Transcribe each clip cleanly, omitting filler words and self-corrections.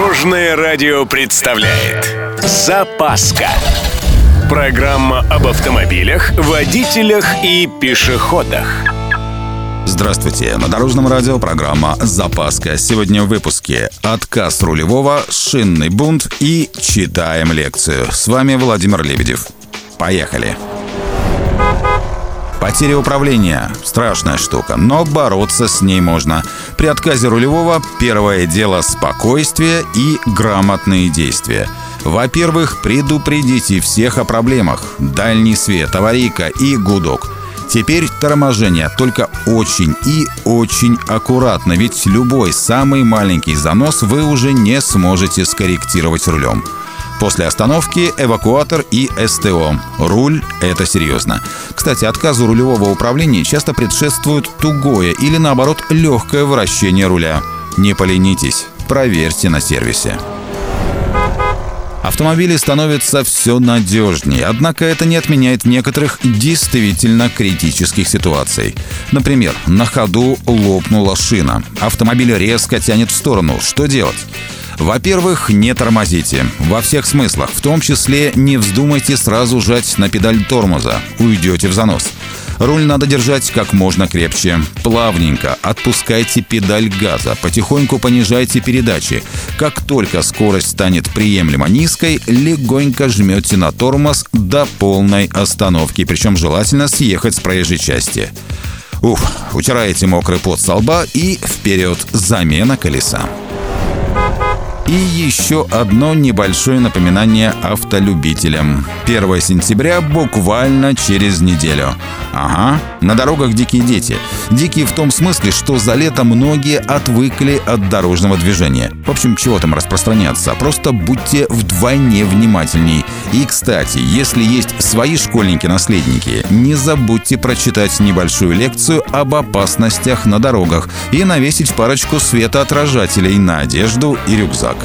Дорожное радио представляет «Запаска». Программа об автомобилях, водителях и пешеходах. Здравствуйте, на Дорожном радио программа «Запаска». Сегодня в выпуске отказ рулевого, шинный бунт и читаем лекцию. С вами Владимир Лебедев. Поехали! Потеря управления – страшная штука, но бороться с ней можно. При отказе рулевого первое дело – спокойствие и грамотные действия. Во-первых, предупредите всех о проблемах. Дальний свет, аварийка и гудок. Теперь торможение, только очень и очень аккуратно, ведь любой самый маленький занос вы уже не сможете скорректировать рулем. После остановки эвакуатор и СТО. Руль – это серьезно. Кстати, отказу рулевого управления часто предшествует тугое или, наоборот, легкое вращение руля. Не поленитесь, проверьте на сервисе. Автомобили становятся все надежнее, однако это не отменяет некоторых действительно критических ситуаций. Например, на ходу лопнула шина. Автомобиль резко тянет в сторону. Что делать? Во-первых, не тормозите. Во всех смыслах, в том числе не вздумайте сразу жать на педаль тормоза. Уйдете в занос. Руль надо держать как можно крепче. Плавненько отпускайте педаль газа, потихоньку понижайте передачи. Как только скорость станет приемлемо низкой, легонько жмете на тормоз до полной остановки, причем желательно съехать с проезжей части. Утираете мокрый пот со лба и вперед, замена колеса. И еще одно небольшое напоминание автолюбителям. 1 сентября буквально через неделю. На дорогах дикие дети. Дикие в том смысле, что за лето многие отвыкли от дорожного движения. В общем, чего там распространяться, просто будьте вдвойне внимательней. И, кстати, если есть свои школьники-наследники, не забудьте прочитать небольшую лекцию об опасностях на дорогах и навесить парочку светоотражателей на одежду и рюкзак.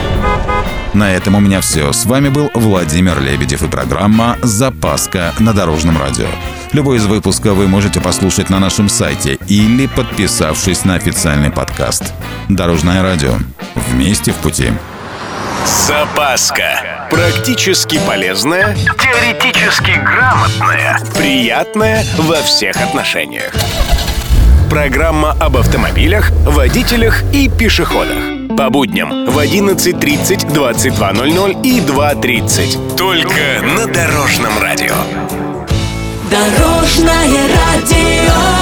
На этом у меня все. С вами был Владимир Лебедев и программа «Запаска» на Дорожном радио. Любой из выпусков вы можете послушать на нашем сайте или подписавшись на официальный подкаст. Дорожное радио. Вместе в пути. «Запаска». Практически полезная, теоретически грамотная, приятная во всех отношениях. Программа об автомобилях, водителях и пешеходах. По будням в 11:30, 22:00 и 2:30. Только на Дорожном радио. Дорожное радио.